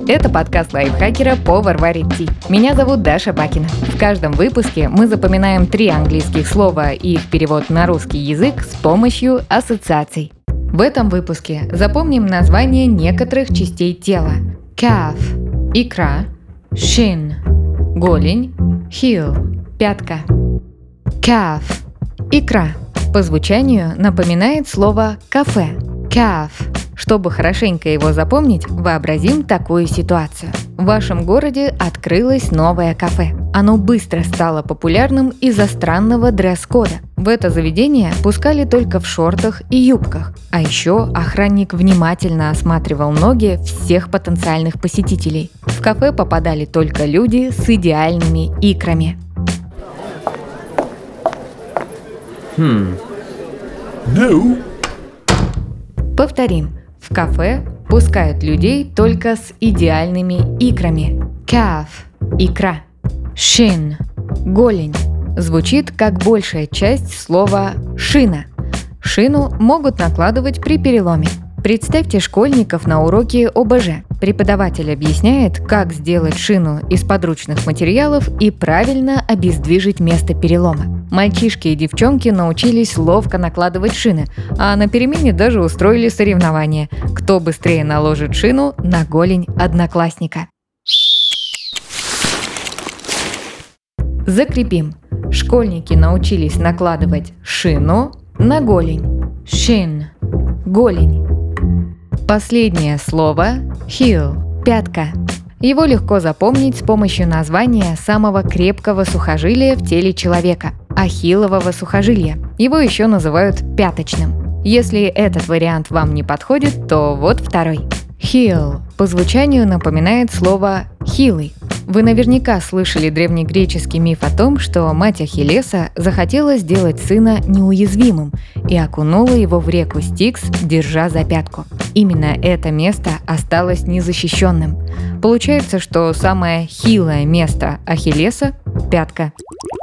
Это подкаст лайфхакера «Повар варит ти». Меня зовут Даша Бакина. В каждом выпуске мы запоминаем 3 английских слова и их перевод на русский язык с помощью ассоциаций. В этом выпуске запомним названия некоторых частей тела. Calf – икра, shin – голень, heel – пятка. Calf – икра. По звучанию напоминает слово «кафе». Calf. Чтобы хорошенько его запомнить, вообразим такую ситуацию. В вашем городе открылось новое кафе. Оно быстро стало популярным из-за странного дресс-кода. В это заведение пускали только в шортах и юбках. А еще охранник внимательно осматривал ноги всех потенциальных посетителей. В кафе попадали только люди с идеальными икрами. No. Повторим. В кафе пускают людей только с идеальными икрами. Calf – икра. Shin – голень. Звучит как большая часть слова «шина». Шину могут накладывать при переломе. Представьте школьников на уроке ОБЖ. Преподаватель объясняет, как сделать шину из подручных материалов и правильно обездвижить место перелома. Мальчишки и девчонки научились ловко накладывать шины, а на перемене даже устроили соревнование, кто быстрее наложит шину на голень одноклассника. Закрепим. Школьники научились накладывать шину на голень. Shin – голень. Последнее слово – heel – пятка. Его легко запомнить с помощью названия самого крепкого сухожилия в теле человека – ахиллового сухожилия. Его еще называют пяточным. Если этот вариант вам не подходит, то вот второй. Heel по звучанию напоминает слово «хилый». Вы наверняка слышали древнегреческий миф о том, что мать Ахиллеса захотела сделать сына неуязвимым и окунула его в реку Стикс, держа за пятку. Именно это место осталось незащищенным. Получается, что самое хилое место Ахиллеса – пятка.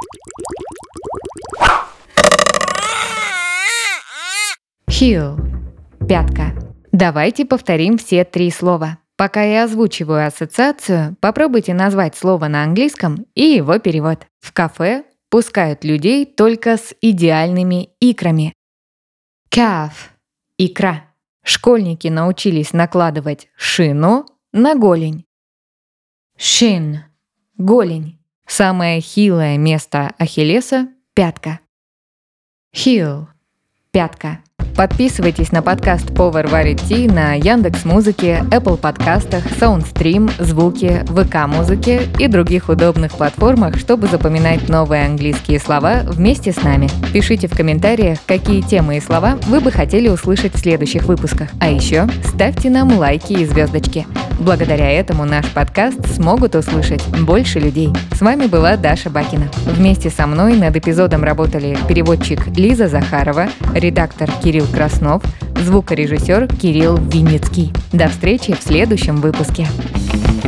Heel – пятка. Давайте повторим все 3 слова. Пока я озвучиваю ассоциацию, попробуйте назвать слово на английском и его перевод. В кафе пускают людей только с идеальными икрами. Calf – икра. Школьники научились накладывать шину на голень. Shin – голень. Самое хилое место Ахиллеса – пятка. Heel – пятка. Подписывайтесь на подкаст «Повар варит ти» на Яндекс.Музыке, Apple подкастах, Soundstream, Звуки, ВК-музыке и других удобных платформах, чтобы запоминать новые английские слова вместе с нами. Пишите в комментариях, какие темы и слова вы бы хотели услышать в следующих выпусках. А еще ставьте нам лайки и звездочки. Благодаря этому наш подкаст смогут услышать больше людей. С вами была Даша Бакина. Вместе со мной над эпизодом работали переводчик Лиза Захарова, редактор Кирилл Краснов, звукорежиссер Кирилл Винницкий. До встречи в следующем выпуске.